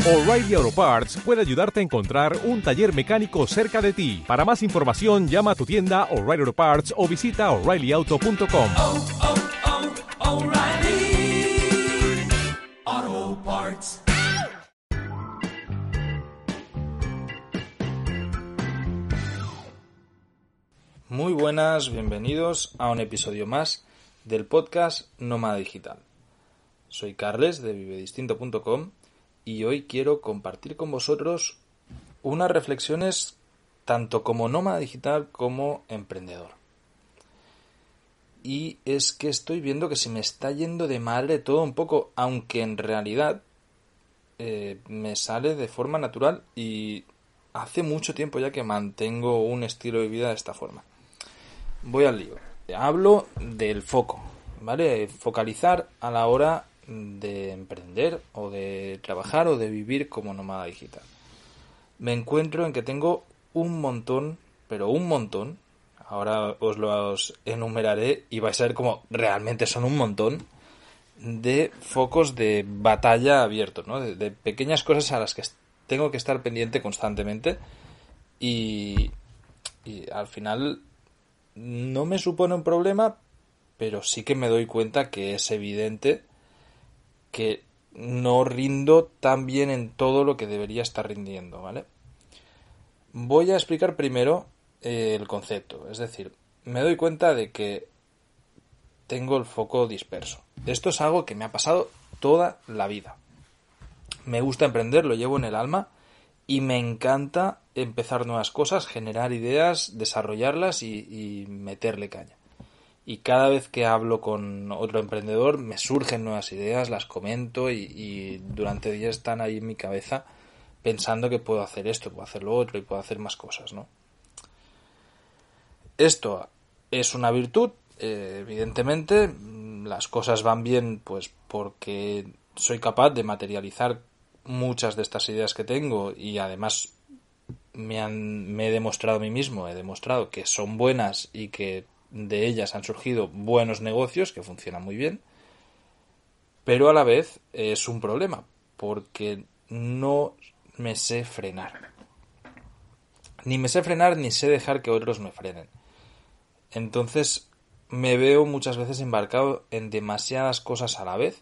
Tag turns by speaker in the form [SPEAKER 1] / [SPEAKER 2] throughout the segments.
[SPEAKER 1] O'Reilly Auto Parts puede ayudarte a encontrar un taller mecánico cerca de ti. Para más información, llama a tu tienda O'Reilly Auto Parts o visita O'ReillyAuto.com.
[SPEAKER 2] O'Reilly Auto Parts.
[SPEAKER 3] Muy buenas, bienvenidos a un episodio más del podcast Nómada Digital. Soy Carles de vivedistinto.com y hoy quiero compartir con vosotros unas reflexiones tanto como nómada digital como emprendedor. Y es que estoy viendo que se me está yendo de madre todo un poco, aunque en realidad me sale de forma natural y hace mucho tiempo ya que mantengo un estilo de vida de esta forma. Voy al lío. Hablo del foco, ¿vale? Focalizar a la hora de emprender o de trabajar o de vivir como nómada digital. Me encuentro en que tengo un montón, pero un montón, ahora os los enumeraré y vais a ver cómo realmente son un montón de focos de batalla abiertos, ¿no? De pequeñas cosas a las que tengo que estar pendiente constantemente y al final no me supone un problema, pero sí que me doy cuenta que es evidente que no rindo tan bien en todo lo que debería estar rindiendo, ¿vale? Voy a explicar primero el concepto, es decir, me doy cuenta de que tengo el foco disperso. Esto es algo que me ha pasado toda la vida. Me gusta emprender, lo llevo en el alma y me encanta empezar nuevas cosas, generar ideas, desarrollarlas y meterle caña. Y cada vez que hablo con otro emprendedor me surgen nuevas ideas, las comento y durante días están ahí en mi cabeza pensando que puedo hacer esto, puedo hacer lo otro y puedo hacer más cosas, ¿no? Esto es una virtud, evidentemente. Las cosas van bien pues porque soy capaz de materializar muchas de estas ideas que tengo y además me he demostrado a mí mismo, he demostrado que son buenas y que de ellas han surgido buenos negocios que funcionan muy bien, pero a la vez es un problema porque no me sé frenar. Ni me sé frenar ni sé dejar que otros me frenen. Entonces me veo muchas veces embarcado en demasiadas cosas a la vez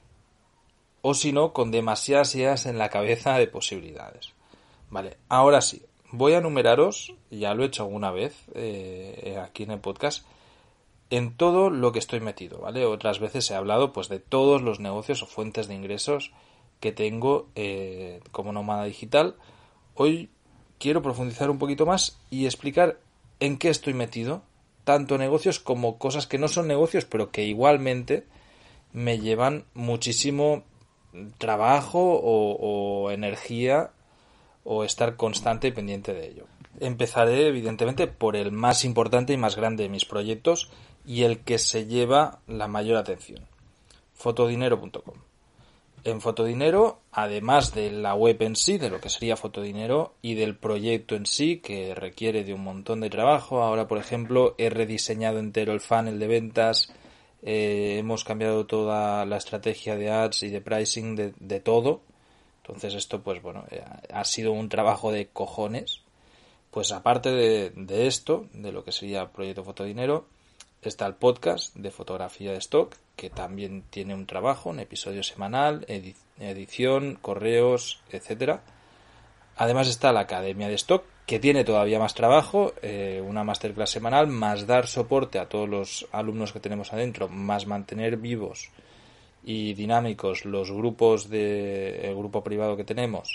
[SPEAKER 3] o si no, con demasiadas ideas en la cabeza de posibilidades. Vale, ahora sí, voy a enumeraros, ya lo he hecho alguna vez aquí en el podcast, en todo lo que estoy metido, ¿vale? Otras veces he hablado pues de todos los negocios o fuentes de ingresos que tengo como nómada digital. Hoy quiero profundizar un poquito más y explicar en qué estoy metido, tanto negocios como cosas que no son negocios, pero que igualmente me llevan muchísimo trabajo o energía o estar constante y pendiente de ello. Empezaré evidentemente por el más importante y más grande de mis proyectos y el que se lleva la mayor atención, fotodinero.com. En Fotodinero, además de la web en sí, de lo que sería Fotodinero y del proyecto en sí, que requiere de un montón de trabajo, ahora por ejemplo he rediseñado entero el funnel de ventas, hemos cambiado toda la estrategia de ads y de pricing de todo. Entonces esto pues bueno, ha sido un trabajo de cojones. Pues aparte de esto, de lo que sería Proyecto Fotodinero, está el podcast de fotografía de stock, que también tiene un trabajo, un episodio semanal, edición, correos, etcétera. Además está la Academia de Stock, que tiene todavía más trabajo, una masterclass semanal, más dar soporte a todos los alumnos que tenemos adentro, más mantener vivos y dinámicos los grupos el grupo privado que tenemos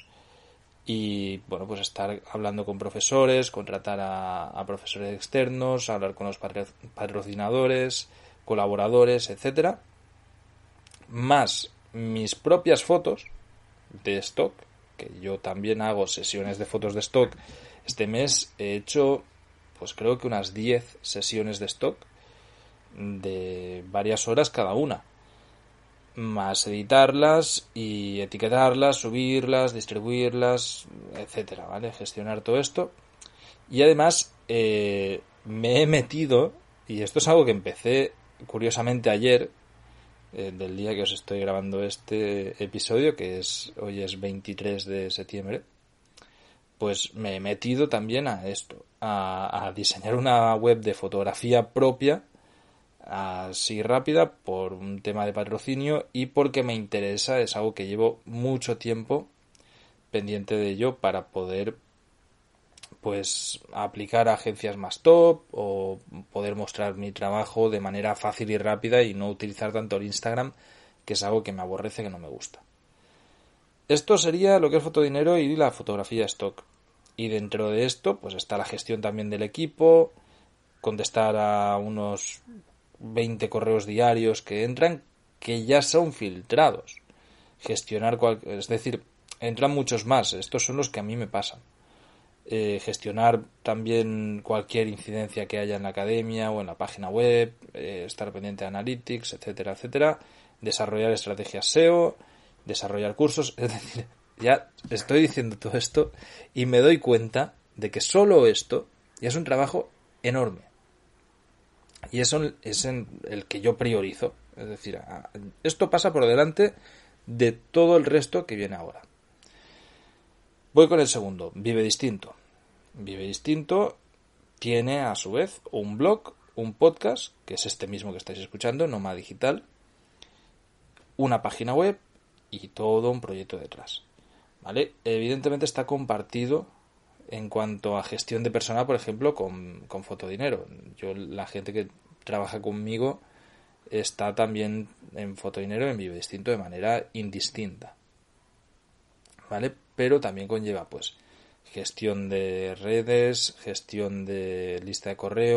[SPEAKER 3] y bueno, pues estar hablando con profesores, contratar a profesores externos, hablar con los patrocinadores, colaboradores, etcétera, más mis propias fotos de stock, que yo también hago sesiones de fotos de stock. Este mes he hecho pues creo que unas 10 sesiones de stock de varias horas cada una, más editarlas y etiquetarlas, subirlas, distribuirlas, etcétera, ¿vale? Gestionar todo esto. Y además me he metido, y esto es algo que empecé curiosamente ayer, del día que os estoy grabando este episodio, que hoy es 23 de septiembre, pues me he metido también a esto, a diseñar una web de fotografía propia, así rápida, por un tema de patrocinio y porque me interesa, es algo que llevo mucho tiempo pendiente de ello para poder pues aplicar a agencias más top o poder mostrar mi trabajo de manera fácil y rápida y no utilizar tanto el Instagram, que es algo que me aborrece, que no me gusta. Esto sería lo que es Fotodinero y la fotografía stock. Y dentro de esto pues está la gestión también del equipo, contestar a unos 20 correos diarios que entran, que ya son filtrados. Gestionar, es decir, entran muchos más, estos son los que a mí me pasan. Gestionar también cualquier incidencia que haya en la academia o en la página web, estar pendiente de analytics, etcétera, etcétera, desarrollar estrategias SEO, desarrollar cursos, es decir, ya estoy diciendo todo esto y me doy cuenta de que solo esto ya es un trabajo enorme. Y eso es el que yo priorizo. Es decir, esto pasa por delante de todo el resto que viene ahora. Voy con el segundo, Vive Distinto. Vive Distinto tiene a su vez un blog, un podcast, que es este mismo que estáis escuchando, Nómada Digital, una página web y todo un proyecto detrás. ¿Vale? Evidentemente está compartido en cuanto a gestión de personal, por ejemplo, con Fotodinero. La gente que trabaja conmigo está también en Fotodinero, en Vive Distinto, de manera indistinta. ¿Vale? Pero también conlleva pues gestión de redes, gestión de lista de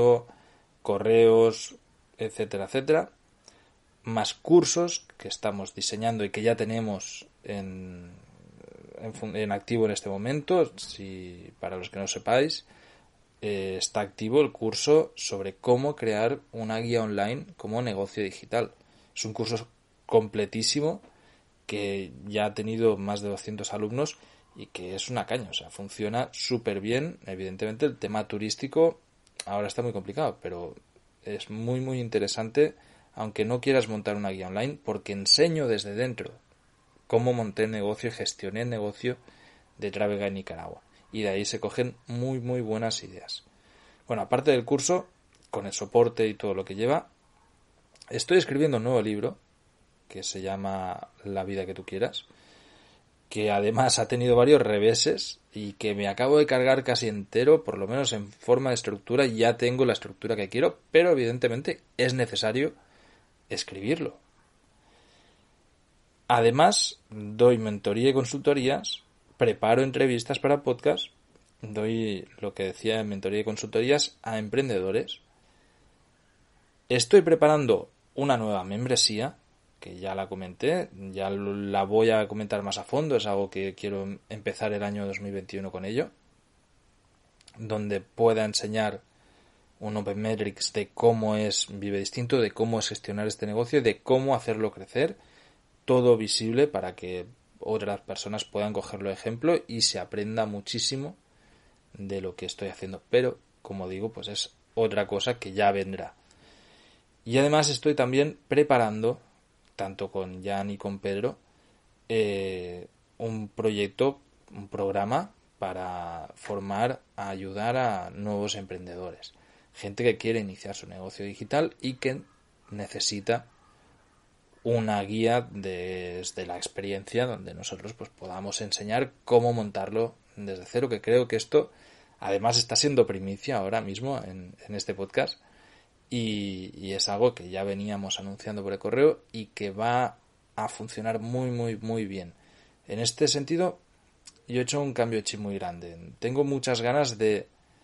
[SPEAKER 3] correos, etcétera, etcétera, más cursos que estamos diseñando y que ya tenemos en activo en este momento. Si para los que no sepáis, está activo el curso sobre cómo crear una guía online como negocio digital. Es un curso completísimo que ya ha tenido más de 200 alumnos y que es una caña, o sea, funciona súper bien. Evidentemente el tema turístico ahora está muy complicado, pero es muy muy interesante, aunque no quieras montar una guía online, porque enseño desde dentro cómo monté negocio y gestioné el negocio de Travega en Nicaragua, y de ahí se cogen muy muy buenas ideas. Bueno, aparte del curso, con el soporte y todo lo que lleva, estoy escribiendo un nuevo libro que se llama La vida que tú quieras, que además ha tenido varios reveses y que me acabo de cargar casi entero, por lo menos en forma de estructura. Ya tengo la estructura que quiero, pero evidentemente es necesario escribirlo. Además, doy mentoría y consultorías, preparo entrevistas para podcast, doy lo que decía en mentoría y consultorías a emprendedores. Estoy preparando una nueva membresía, que ya la comenté, ya la voy a comentar más a fondo, es algo que quiero empezar el año 2021 con ello, donde pueda enseñar un Open Metrics de cómo es Vive Distinto, de cómo es gestionar este negocio, de cómo hacerlo crecer, todo visible para que otras personas puedan cogerlo de ejemplo y se aprenda muchísimo de lo que estoy haciendo. Pero, como digo, pues es otra cosa que ya vendrá. Y además estoy también preparando, tanto con Jan y con Pedro, un proyecto, un programa para formar, a ayudar a nuevos emprendedores. Gente que quiere iniciar su negocio digital y que necesita una guía desde la experiencia, donde nosotros pues podamos enseñar cómo montarlo desde cero, que creo que esto además está siendo primicia ahora mismo en este podcast. Y es algo que ya veníamos anunciando por el correo y que va a funcionar muy, muy, muy bien. En este sentido, yo he hecho un cambio de chip muy grande. Tengo muchas ganas de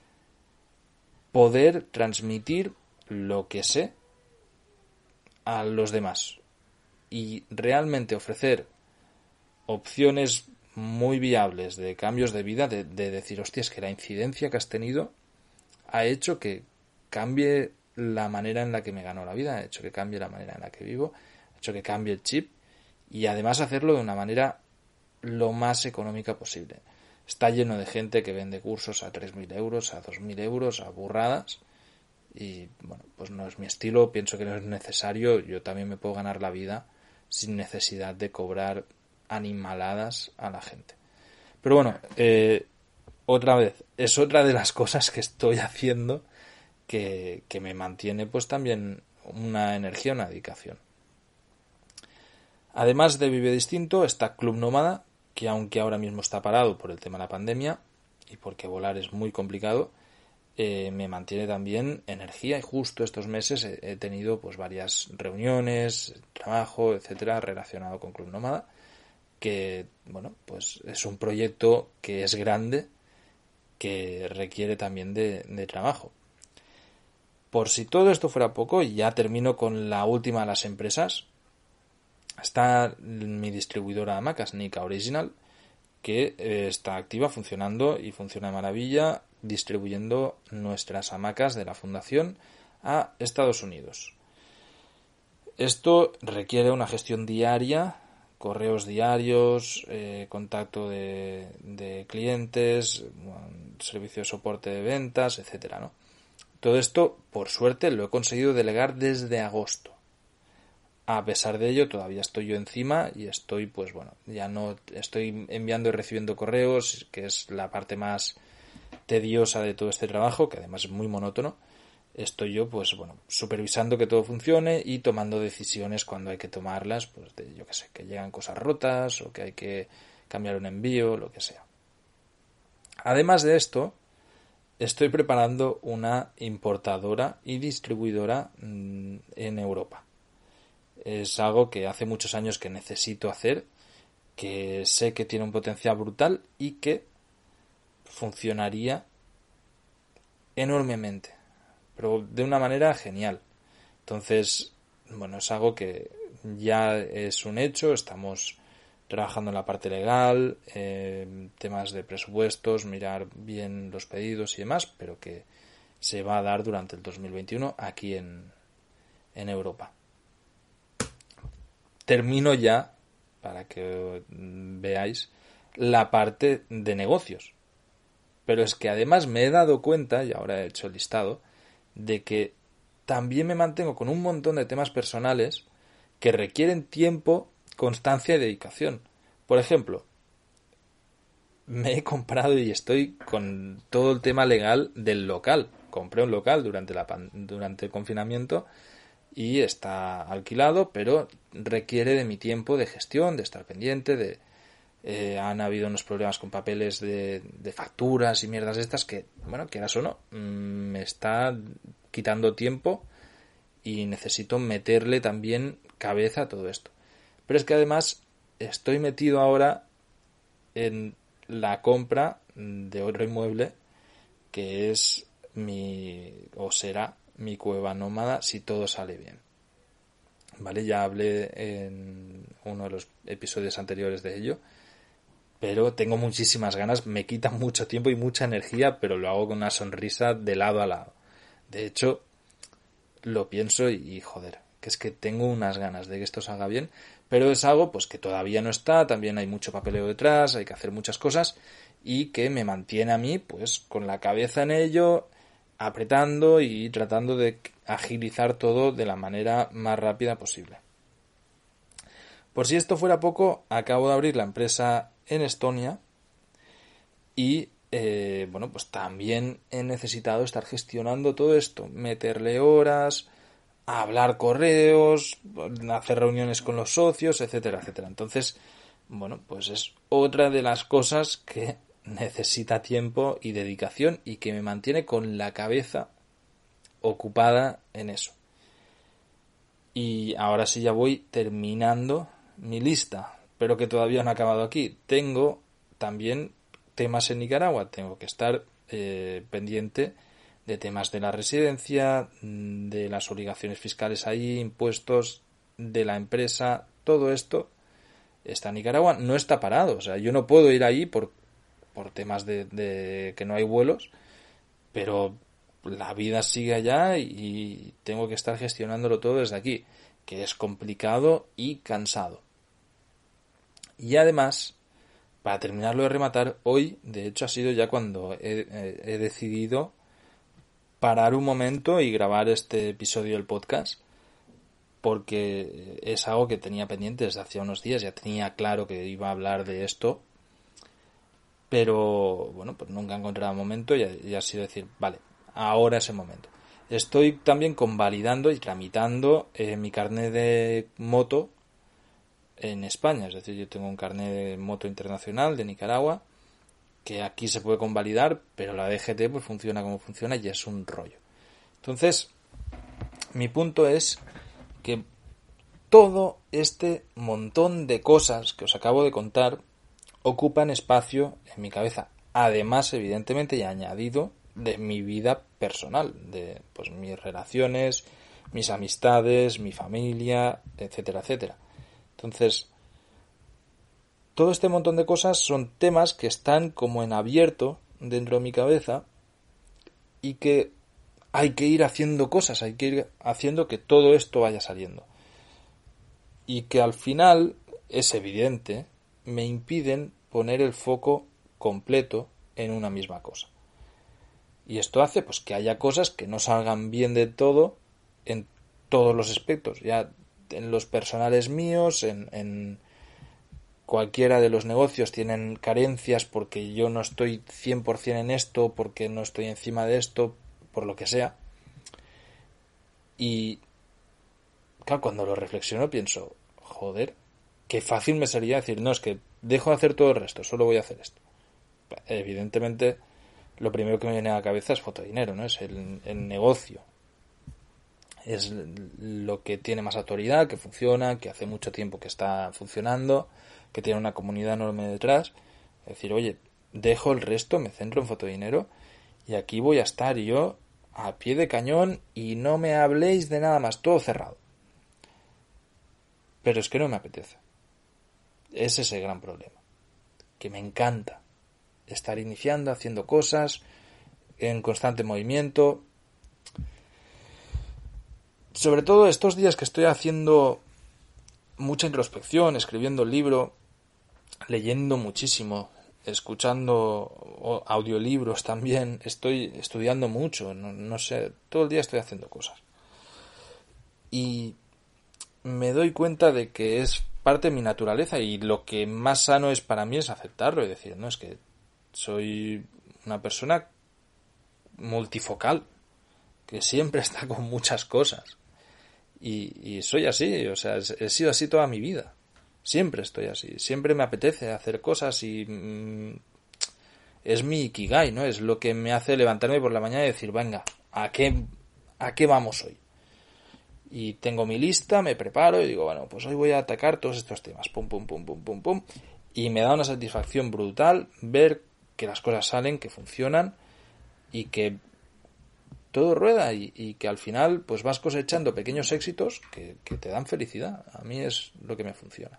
[SPEAKER 3] poder transmitir lo que sé a los demás y realmente ofrecer opciones muy viables de cambios de vida, de decir, hostia, es que la incidencia que has tenido ha hecho que cambie la manera en la que me gano la vida, ha hecho que cambie la manera en la que vivo, ha hecho que cambie el chip, y además hacerlo de una manera lo más económica posible. Está lleno de gente que vende cursos a 3.000 euros, a 2.000 euros, a burradas, y bueno, pues no es mi estilo, pienso que no es necesario, yo también me puedo ganar la vida sin necesidad de cobrar animaladas a la gente. Pero bueno, otra vez, es otra de las cosas que estoy haciendo que me mantiene pues también una energía, una dedicación. Además de Vive Distinto, está Club Nómada, que aunque ahora mismo está parado por el tema de la pandemia y porque volar es muy complicado, me mantiene también energía, y justo estos meses he tenido pues varias reuniones, trabajo, etcétera, relacionado con Club Nómada, que bueno, pues es un proyecto que es grande, que requiere también de trabajo. Por si todo esto fuera poco, ya termino con la última de las empresas. Está mi distribuidora de hamacas, Nika Original, que está activa, funcionando y funciona de maravilla, distribuyendo nuestras hamacas de la fundación a Estados Unidos. Esto requiere una gestión diaria, correos diarios, contacto de clientes, servicio de soporte de ventas, etcétera, ¿no? Todo esto, por suerte, lo he conseguido delegar desde agosto. A pesar de ello, todavía estoy yo encima y estoy, pues bueno, ya no estoy enviando y recibiendo correos, que es la parte más tediosa de todo este trabajo, que además es muy monótono. Estoy yo, pues bueno, supervisando que todo funcione y tomando decisiones cuando hay que tomarlas, pues de, yo qué sé, que llegan cosas rotas o que hay que cambiar un envío, lo que sea. Además de esto, estoy preparando una importadora y distribuidora en Europa. Es algo que hace muchos años que necesito hacer, que sé que tiene un potencial brutal y que funcionaría enormemente, pero de una manera genial. Entonces, bueno, es algo que ya es un hecho, estamos trabajando en la parte legal, temas de presupuestos, mirar bien los pedidos y demás, pero que se va a dar durante el 2021 aquí en Europa. Termino ya, para que veáis, la parte de negocios. Pero es que además me he dado cuenta, y ahora he hecho el listado, de que también me mantengo con un montón de temas personales que requieren tiempo, constancia y dedicación. Por ejemplo, me he comprado y estoy con todo el tema legal del local. Compré un local durante el confinamiento y está alquilado, pero requiere de mi tiempo de gestión, de estar pendiente, han habido unos problemas con papeles de facturas y mierdas de estas que, bueno, quieras o no, me está quitando tiempo y necesito meterle también cabeza a todo esto. Pero es que además estoy metido ahora en la compra de otro inmueble que es será mi cueva nómada si todo sale bien. Vale, ya hablé en uno de los episodios anteriores de ello, pero tengo muchísimas ganas, me quita mucho tiempo y mucha energía, pero lo hago con una sonrisa de lado a lado. De hecho, lo pienso y joder, que es que tengo unas ganas de que esto salga bien, pero es algo pues que todavía no está, también hay mucho papeleo detrás, hay que hacer muchas cosas y que me mantiene a mí pues con la cabeza en ello, apretando y tratando de agilizar todo de la manera más rápida posible. Por si esto fuera poco, acabo de abrir la empresa en Estonia y bueno, pues también he necesitado estar gestionando todo esto, meterle horas, hablar correos, hacer reuniones con los socios, etcétera, etcétera. Entonces, bueno, pues es otra de las cosas que necesita tiempo y dedicación y que me mantiene con la cabeza ocupada en eso. Y ahora sí ya voy terminando mi lista, pero que todavía no ha acabado aquí. Tengo también temas en Nicaragua, tengo que estar pendiente de temas de la residencia, de las obligaciones fiscales ahí, impuestos de la empresa, todo esto está en Nicaragua, no está parado, o sea, yo no puedo ir ahí por temas de que no hay vuelos, pero la vida sigue allá y tengo que estar gestionándolo todo desde aquí, que es complicado y cansado. Y además, para terminarlo de rematar, hoy, de hecho, ha sido ya cuando he decidido parar un momento y grabar este episodio del podcast, porque es algo que tenía pendiente desde hacía unos días. Ya tenía claro que iba a hablar de esto, pero bueno, pues nunca he encontrado el momento y ha sido decir, vale, ahora es el momento. Estoy también convalidando y tramitando mi carnet de moto en España. Es decir, yo tengo un carnet de moto internacional de Nicaragua, que aquí se puede convalidar, pero la DGT pues funciona como funciona y es un rollo. Entonces, mi punto es que todo este montón de cosas que os acabo de contar ocupan espacio en mi cabeza. Además, evidentemente, y añadido de mi vida personal, de pues mis relaciones, mis amistades, mi familia, etcétera, etcétera. Entonces, todo este montón de cosas son temas que están como en abierto dentro de mi cabeza y que hay que ir haciendo cosas, hay que ir haciendo que todo esto vaya saliendo. Y que al final, es evidente, me impiden poner el foco completo en una misma cosa. Y esto hace pues que haya cosas que no salgan bien de todo en todos los aspectos, ya en los personales míos, en cualquiera de los negocios tienen carencias porque yo no estoy 100% en esto, porque no estoy encima de esto, por lo que sea. Y claro, cuando lo reflexiono pienso, joder, qué fácil me sería decir, no, es que dejo de hacer todo el resto, solo voy a hacer esto. Evidentemente, lo primero que me viene a la cabeza es Fotodinero, ¿no? Es el negocio. Es lo que tiene más autoridad, que funciona, que hace mucho tiempo que está funcionando, que tiene una comunidad enorme detrás. Es decir, oye, dejo el resto, me centro en Fotodinero y aquí voy a estar yo a pie de cañón y no me habléis de nada más, todo cerrado. Pero es que no me apetece. Ese es el gran problema. Que me encanta estar iniciando, haciendo cosas, en constante movimiento. Sobre todo estos días que estoy haciendo mucha introspección, escribiendo el libro, leyendo muchísimo, escuchando audiolibros también, estoy estudiando mucho, no sé, todo el día estoy haciendo cosas. Y me doy cuenta de que es parte de mi naturaleza y lo que más sano es para mí es aceptarlo y decir, no, es que soy una persona multifocal, que siempre está con muchas cosas. Y soy así, o sea, he sido así toda mi vida. Siempre estoy así, siempre me apetece hacer cosas y es mi ikigai, ¿no? Es lo que me hace levantarme por la mañana y decir, venga, ¿a qué vamos hoy? Y tengo mi lista, me preparo y digo, bueno, pues hoy voy a atacar todos estos temas, pum, pum, pum, pum, pum, pum. Y me da una satisfacción brutal ver que las cosas salen, que funcionan y que todo rueda y que al final pues vas cosechando pequeños éxitos que te dan felicidad. A mí es lo que me funciona.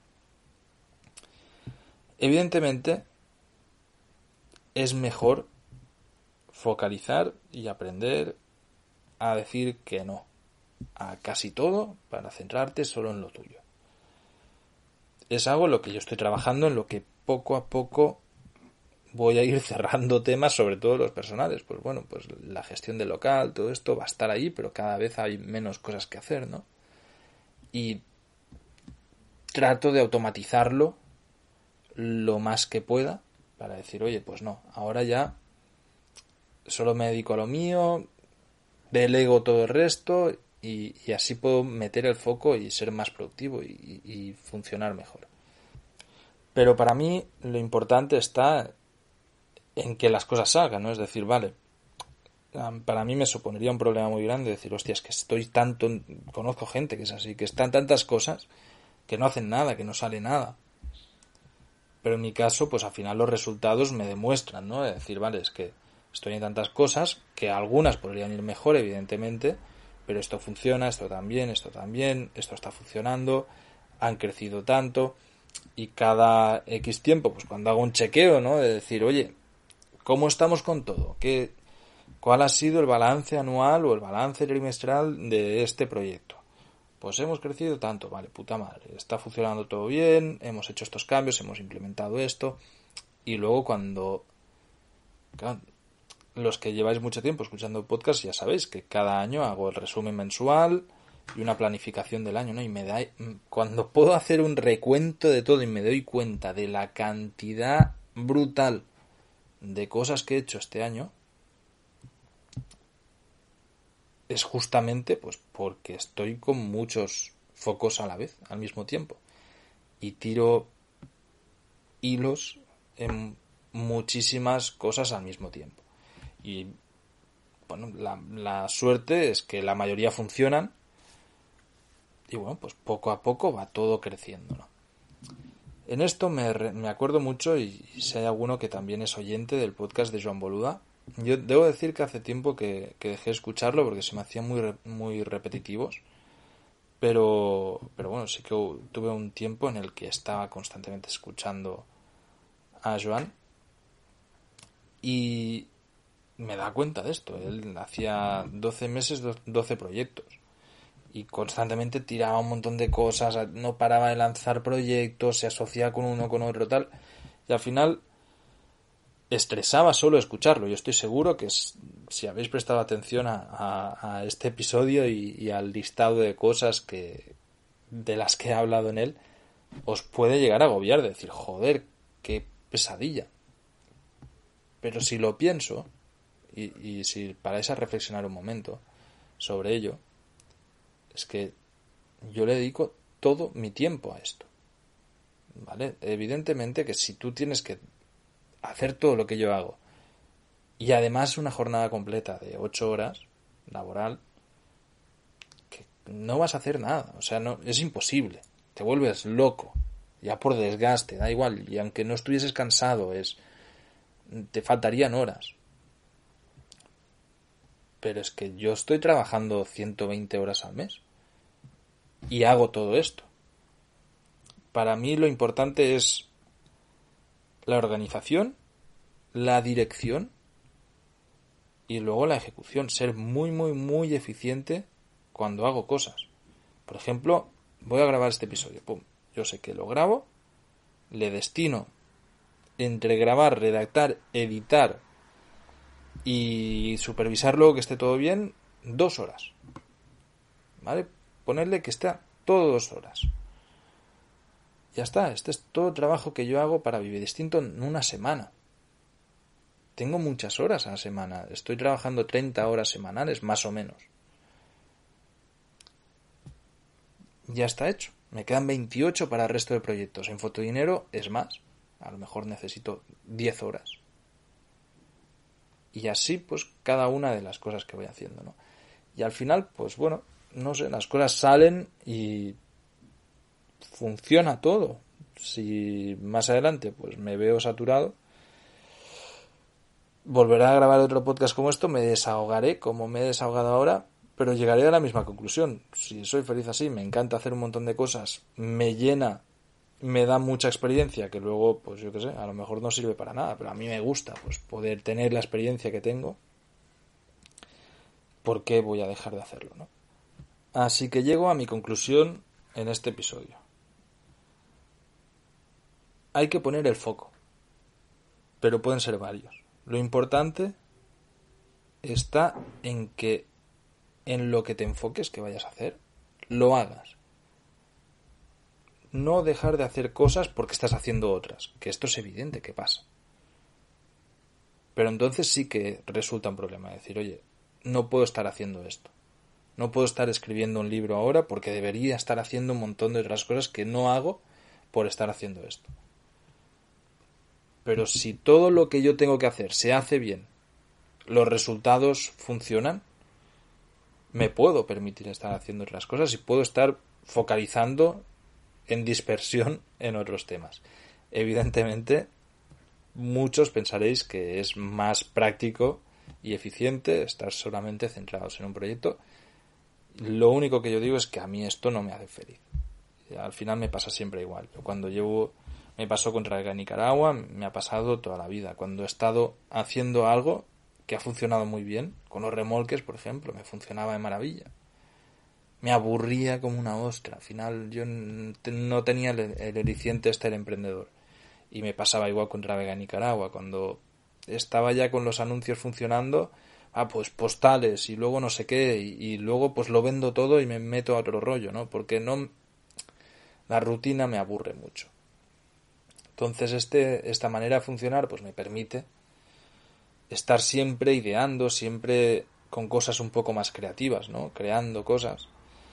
[SPEAKER 3] Evidentemente es mejor focalizar y aprender a decir que no a casi todo para centrarte solo en lo tuyo. Es algo en lo que yo estoy trabajando, en lo que poco a poco voy a ir cerrando temas, sobre todo los personales. Pues bueno, pues la gestión del local, todo esto va a estar ahí, pero cada vez hay menos cosas que hacer, ¿no? Y trato de automatizarlo lo más que pueda para decir, oye, pues no, ahora ya solo me dedico a lo mío, delego todo el resto y así puedo meter el foco y ser más productivo y funcionar mejor. Pero para mí lo importante está en que las cosas salgan, ¿no? Es decir, vale, para mí me supondría un problema muy grande decir, hostia, es que conozco gente que es así, que están tantas cosas que no hacen nada, que no sale nada. Pero en mi caso, pues al final los resultados me demuestran, ¿no? Es decir, vale, es que estoy en tantas cosas, que algunas podrían ir mejor, evidentemente, pero esto funciona, esto también, esto está funcionando, han crecido tanto, y cada X tiempo, pues cuando hago un chequeo, ¿no? De decir, oye, ¿cómo estamos con todo? ¿Cuál ha sido el balance anual o el balance trimestral de este proyecto? Pues hemos crecido tanto, vale, puta madre, está funcionando todo bien, hemos hecho estos cambios, hemos implementado esto, y luego cuando... Claro, los que lleváis mucho tiempo escuchando podcast ya sabéis que cada año hago el resumen mensual y una planificación del año, ¿no? Y cuando puedo hacer un recuento de todo y me doy cuenta de la cantidad brutal de cosas que he hecho este año, es justamente pues porque estoy con muchos focos a la vez, al mismo tiempo, y tiro hilos en muchísimas cosas al mismo tiempo. Y bueno, la suerte es que la mayoría funcionan y bueno, pues poco a poco va todo creciendo, ¿no? En esto me acuerdo mucho, y si hay alguno que también es oyente del podcast de Joan Boluda, yo debo decir que hace tiempo que dejé de escucharlo porque se me hacían muy repetitivos, pero bueno, sí que tuve un tiempo en el que estaba constantemente escuchando a Joan y me da cuenta de esto. Él hacía 12 meses, 12 proyectos y constantemente tiraba un montón de cosas, no paraba de lanzar proyectos, se asociaba con uno, con otro, tal, y al final estresaba solo escucharlo. Yo estoy seguro que si habéis prestado atención a este episodio y al listado de cosas de las que he hablado en él, os puede llegar a agobiar, de decir, joder, qué pesadilla. Pero si lo pienso, y si paráis a reflexionar un momento sobre ello, es que yo le dedico todo mi tiempo a esto, ¿vale? Evidentemente que si tú tienes que hacer todo lo que yo hago y además una jornada completa de 8 horas laboral, que no vas a hacer nada, o sea, no, es imposible, te vuelves loco, ya por desgaste, da igual, y aunque no estuvieses cansado, te faltarían horas. Pero es que yo estoy trabajando 120 horas al mes y hago todo esto. Para mí lo importante es la organización, la dirección y luego la ejecución. Ser muy eficiente cuando hago cosas. Por ejemplo, voy a grabar este episodio. Pum. Yo sé que lo grabo, le destino entre grabar, redactar, editar y supervisar luego que esté todo bien, 2 horas. ¿Vale? Ponerle que esté todo 2 horas. Ya está, este es todo el trabajo que yo hago para Vive Distinto en una semana. Tengo muchas horas a la semana. Estoy trabajando 30 horas semanales, más o menos. Ya está hecho. Me quedan 28 para el resto de proyectos. En Fotodinero es más. A lo mejor necesito 10 horas. Y así, pues, cada una de las cosas que voy haciendo, ¿no? Y al final, pues bueno, no sé, las cosas salen y funciona todo. Si más adelante, pues, me veo saturado, volveré a grabar otro podcast como esto, me desahogaré como me he desahogado ahora, pero llegaré a la misma conclusión. Si soy feliz así, me encanta hacer un montón de cosas, me llena, me da mucha experiencia, que luego, pues yo qué sé, a lo mejor no sirve para nada, pero a mí me gusta, pues, poder tener la experiencia que tengo. ¿Por qué voy a dejar de hacerlo, no? Así que llego a mi conclusión en este episodio. Hay que poner el foco, pero pueden ser varios. Lo importante está en que en lo que te enfoques que vayas a hacer, lo hagas. No dejar de hacer cosas porque estás haciendo otras, que esto es evidente que pasa. Pero entonces sí que resulta un problema decir, oye, no puedo estar haciendo esto. No puedo estar escribiendo un libro ahora porque debería estar haciendo un montón de otras cosas que no hago por estar haciendo esto. Pero si todo lo que yo tengo que hacer se hace bien, los resultados funcionan, me puedo permitir estar haciendo otras cosas y puedo estar focalizando en dispersión en otros temas. Evidentemente, muchos pensaréis que es más práctico y eficiente estar solamente centrados en un proyecto. Lo único que yo digo es que a mí esto no me hace feliz. Al final me pasa siempre igual. Cuando me pasó con Travega Nicaragua, me ha pasado toda la vida. Cuando he estado haciendo algo que ha funcionado muy bien, con los remolques, por ejemplo, me funcionaba de maravilla. Me aburría como una ostra. Al final yo no tenía el aliciente el emprendedor. Y me pasaba igual con Travega Nicaragua. Cuando estaba ya con los anuncios funcionando, pues postales y luego no sé qué, y luego pues lo vendo todo y me meto a otro rollo, ¿no? Porque no, la rutina me aburre mucho. Entonces esta manera de funcionar pues me permite estar siempre ideando, siempre con cosas un poco más creativas, ¿no? Creando cosas.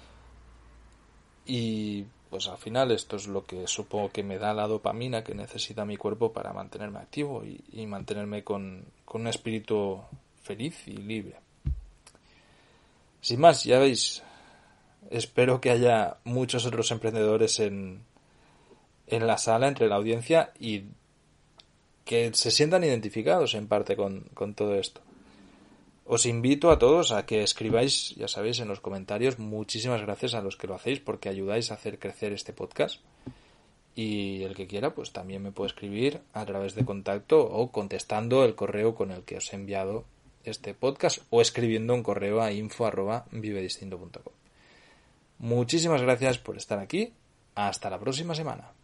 [SPEAKER 3] Y pues al final esto es lo que supongo que me da la dopamina que necesita mi cuerpo para mantenerme activo y mantenerme con un espíritu feliz y libre. Sin más, ya veis, espero que haya muchos otros emprendedores en la sala, entre la audiencia, y que se sientan identificados en parte con todo esto. Os invito a todos a que escribáis, ya sabéis, en los comentarios. Muchísimas gracias a los que lo hacéis porque ayudáis a hacer crecer este podcast. Y el que quiera, pues también me puede escribir a través de contacto o contestando el correo con el que os he enviado este podcast o escribiendo un correo a info@vivedistinto.com. Muchísimas gracias por estar aquí. Hasta la próxima semana.